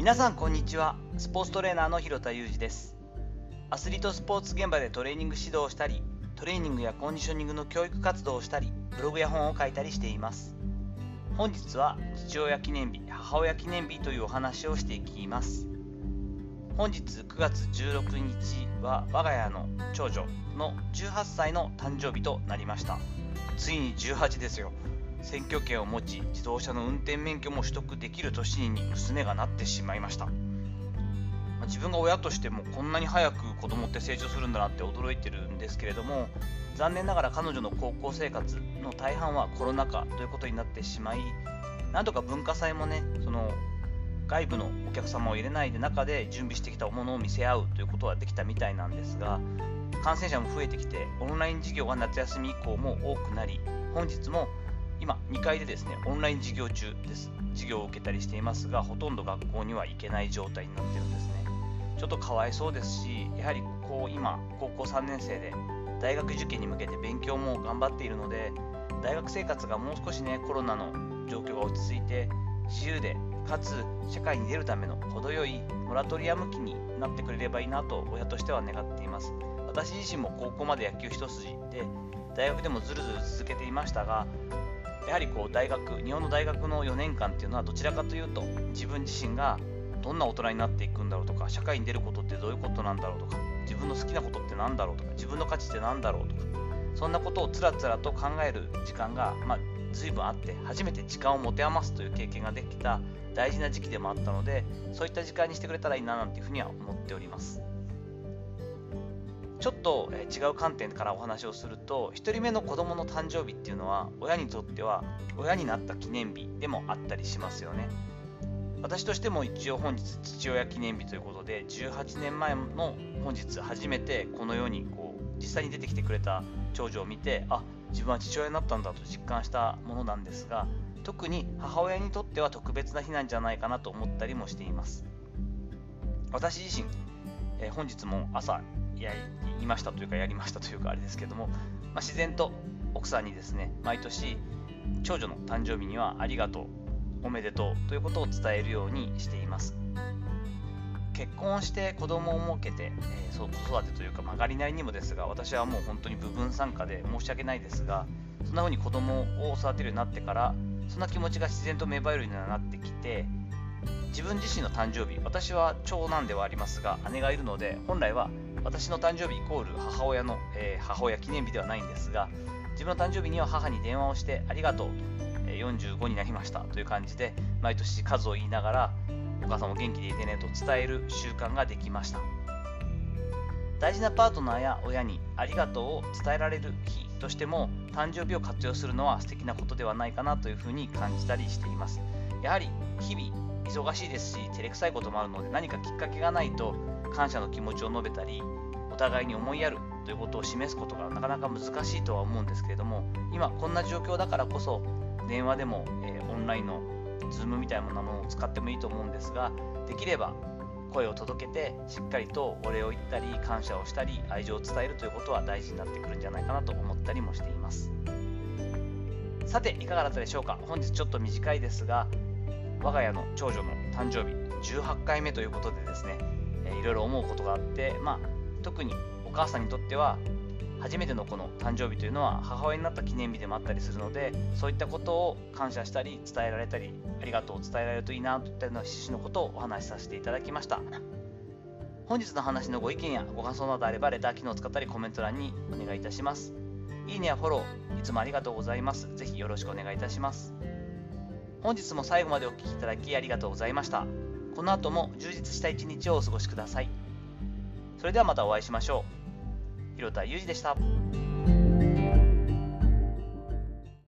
皆さんこんにちは。スポーツトレーナーの広田裕二です。アスリートスポーツ現場でトレーニング指導をしたり、トレーニングやコンディショニングの教育活動をしたり、ブログや本を書いたりしています。本日は父親記念日、母親記念日というお話をしていきます。本日9月16日は我が家の長女の18歳の誕生日となりました。ついに18ですよ。選挙権を持ち、自動車の運転免許も取得できる年に娘がなってしまいました。自分が親としてもこんなに早く子供って成長するんだなって驚いてるんですけれども、残念ながら彼女の高校生活の大半はコロナ禍ということになってしまい、なんとか文化祭もね、外部のお客様を入れないで中で準備してきたものを見せ合うということはできたみたいなんですが、感染者も増えてきてオンライン授業が夏休み以降も多くなり、本日も今2階でですね、オンライン授業中です。授業を受けたりしていますが、ほとんど学校には行けない状態になっているんですね。ちょっとかわいそうですし、やはり今高校3年生で大学受験に向けて勉強も頑張っているので、大学生活がもう少しね、コロナの状況が落ち着いて自由でかつ社会に出るための程よいモラトリアム期になってくれればいいなと親としては願っています。私自身も高校まで野球一筋で大学でもずるずる続けていましたが、やはり日本の大学の4年間っていうのはどちらかというと自分自身がどんな大人になっていくんだろうとか、社会に出ることってどういうことなんだろうとか、自分の好きなことってなんだろうとか、自分の価値ってなんだろうとか、そんなことをつらつらと考える時間が随分あって、初めて時間を持て余すという経験ができた大事な時期でもあったので、そういった時間にしてくれたらいいななんていうふうには思っております。ちょっと違う観点からお話をすると、1人目の子供の誕生日っていうのは親にとっては親になった記念日でもあったりしますよね。私としても一応本日父親記念日ということで、18年前の本日初めてこの世に実際に出てきてくれた長女を見て、自分は父親になったんだと実感したものなんですが、特に母親にとっては特別な日なんじゃないかなと思ったりもしています。私自身、本日も朝やりましたというかあれですけども、自然と奥さんにですね、毎年長女の誕生日にはありがとう、おめでとうということを伝えるようにしています。結婚して子供を設けて、子育てというか曲がりなりにもですが、私はもう本当に部分参加で申し訳ないですが、そんな風に子供を育てるようになってから、そんな気持ちが自然と芽生えるようになってきて、自分自身の誕生日、私は長男ではありますが姉がいるので、本来は私の誕生日イコール母親の、母親記念日ではないんですが、自分の誕生日には母に電話をしてありがとうと、45になりましたという感じで毎年数を言いながら、お母さんも元気でいてねと伝える習慣ができました。大事なパートナーや親にありがとうを伝えられる日としても、誕生日を活用するのは素敵なことではないかなというふうに感じたりしています。やはり日々忙しいですし、照れくさいこともあるので、何かきっかけがないと感謝の気持ちを述べたり、お互いに思いやるということを示すことがなかなか難しいとは思うんですけれども、今こんな状況だからこそ電話でも、オンラインの Zoom みたいなものを使ってもいいと思うんですが、できれば声を届けてしっかりとお礼を言ったり感謝をしたり愛情を伝えるということは大事になってくるんじゃないかなと思ったりもしています。さていかがだったでしょうか。本日ちょっと短いですが、我が家の長女の誕生日18回目ということでですね、いろいろ思うことがあって、特にお母さんにとっては初めてのこの誕生日というのは母親になった記念日でもあったりするので、そういったことを感謝したり伝えられたり、ありがとうを伝えられるといいなといったような趣旨のことをお話しさせていただきました。本日の話のご意見やご感想などあれば、レター機能を使ったりコメント欄にお願いいたします。いいねやフォローいつもありがとうございます。ぜひよろしくお願いいたします。本日も最後までお聞きいただきありがとうございました。この後も充実した一日をお過ごしください。それではまたお会いしましょう。広田裕二でした。